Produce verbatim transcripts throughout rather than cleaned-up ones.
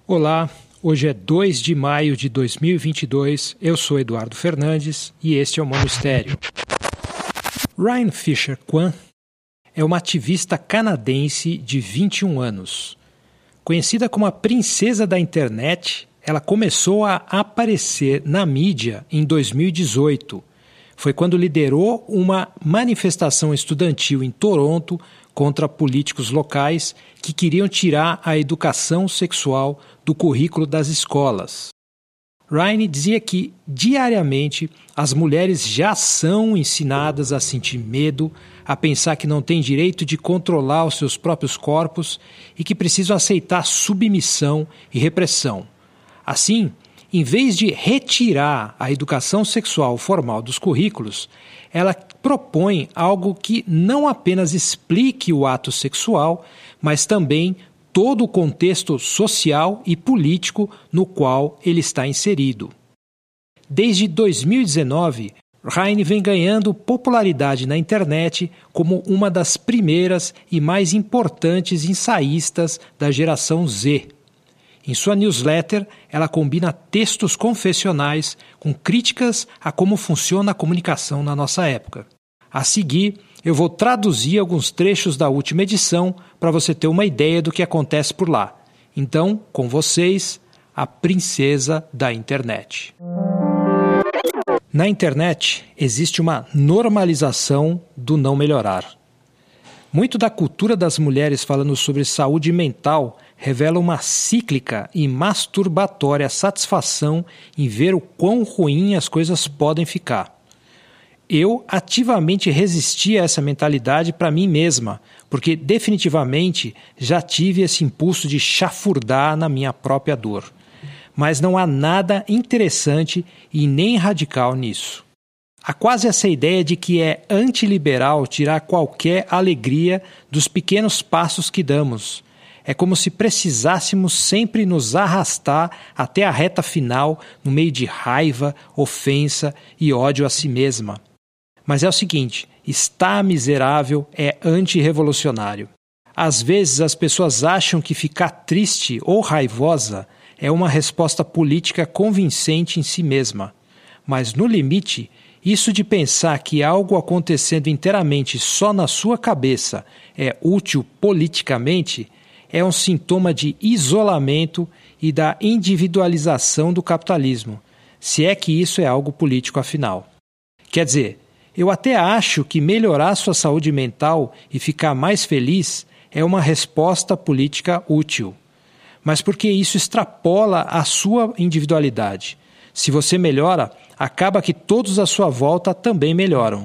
Olá, hoje é dois de maio de dois mil e vinte e dois, eu sou Eduardo Fernandes e este é o Monistério. Ryan Fisher Kwan é uma ativista canadense de vinte e um anos. Conhecida como a princesa da internet, ela começou a aparecer na mídia em dois mil e dezoito. Foi quando liderou uma manifestação estudantil em Toronto contra políticos locais que queriam tirar a educação sexual do currículo das escolas. Ryan dizia que, diariamente, as mulheres já são ensinadas a sentir medo, a pensar que não têm direito de controlar os seus próprios corpos e que precisam aceitar submissão e repressão. Assim, em vez de retirar a educação sexual formal dos currículos, ela propõe algo que não apenas explique o ato sexual, mas também todo o contexto social e político no qual ele está inserido. Desde dois mil e dezenove, Ryan vem ganhando popularidade na internet como uma das primeiras e mais importantes ensaístas da geração Z. Em sua newsletter, ela combina textos confessionais com críticas a como funciona a comunicação na nossa época. A seguir, eu vou traduzir alguns trechos da última edição para você ter uma ideia do que acontece por lá. Então, com vocês, a princesa da internet. Na internet, existe uma normalização do não melhorar. Muito da cultura das mulheres falando sobre saúde mental revela uma cíclica e masturbatória satisfação em ver o quão ruim as coisas podem ficar. Eu ativamente resisti a essa mentalidade para mim mesma, porque definitivamente já tive esse impulso de chafurdar na minha própria dor. Mas não há nada interessante e nem radical nisso. Há quase essa ideia de que é antiliberal tirar qualquer alegria dos pequenos passos que damos. É como se precisássemos sempre nos arrastar até a reta final no meio de raiva, ofensa e ódio a si mesma. Mas é o seguinte, estar miserável é antirrevolucionário. Às vezes as pessoas acham que ficar triste ou raivosa é uma resposta política convincente em si mesma. Mas no limite, isso de pensar que algo acontecendo inteiramente só na sua cabeça é útil politicamente é um sintoma de isolamento e da individualização do capitalismo, se é que isso é algo político afinal. Quer dizer, eu até acho que melhorar sua saúde mental e ficar mais feliz é uma resposta política útil, mas porque isso extrapola a sua individualidade. Se você melhora, acaba que todos à sua volta também melhoram.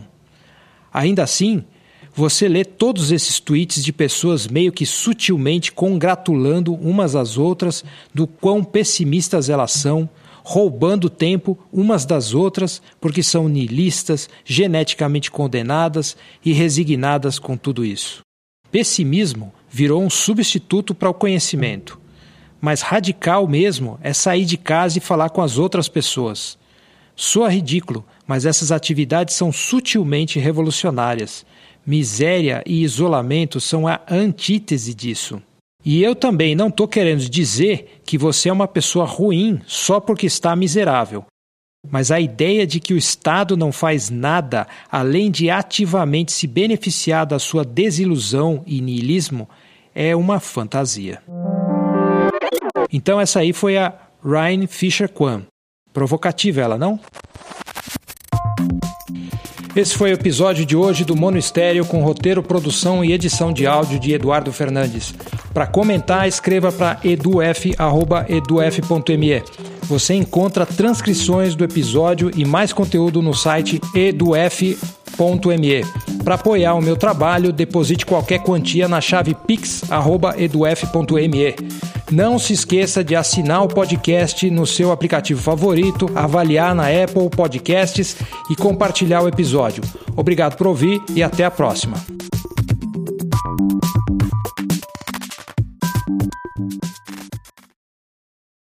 Ainda assim, você lê todos esses tweets de pessoas meio que sutilmente congratulando umas às outras do quão pessimistas elas são, roubando tempo umas das outras porque são niilistas, geneticamente condenadas e resignadas com tudo isso. Pessimismo virou um substituto para o conhecimento. Mas radical mesmo é sair de casa e falar com as outras pessoas. Soa ridículo, mas essas atividades são sutilmente revolucionárias. Miséria e isolamento são a antítese disso. E eu também não estou querendo dizer que você é uma pessoa ruim só porque está miserável. Mas a ideia de que o Estado não faz nada além de ativamente se beneficiar da sua desilusão e niilismo é uma fantasia. Então essa aí foi a Ryan Fisher Kwan. Provocativa ela, não? Esse foi o episódio de hoje do Monistério com roteiro, produção e edição de áudio de Eduardo Fernandes. Para comentar, escreva para eduf arroba eduf ponto me. Você encontra transcrições do episódio e mais conteúdo no site eduf ponto me. Para apoiar o meu trabalho, deposite qualquer quantia na chave pix arroba eduf ponto me. Não se esqueça de assinar o podcast no seu aplicativo favorito, avaliar na Apple Podcasts e compartilhar o episódio. Obrigado por ouvir e até a próxima.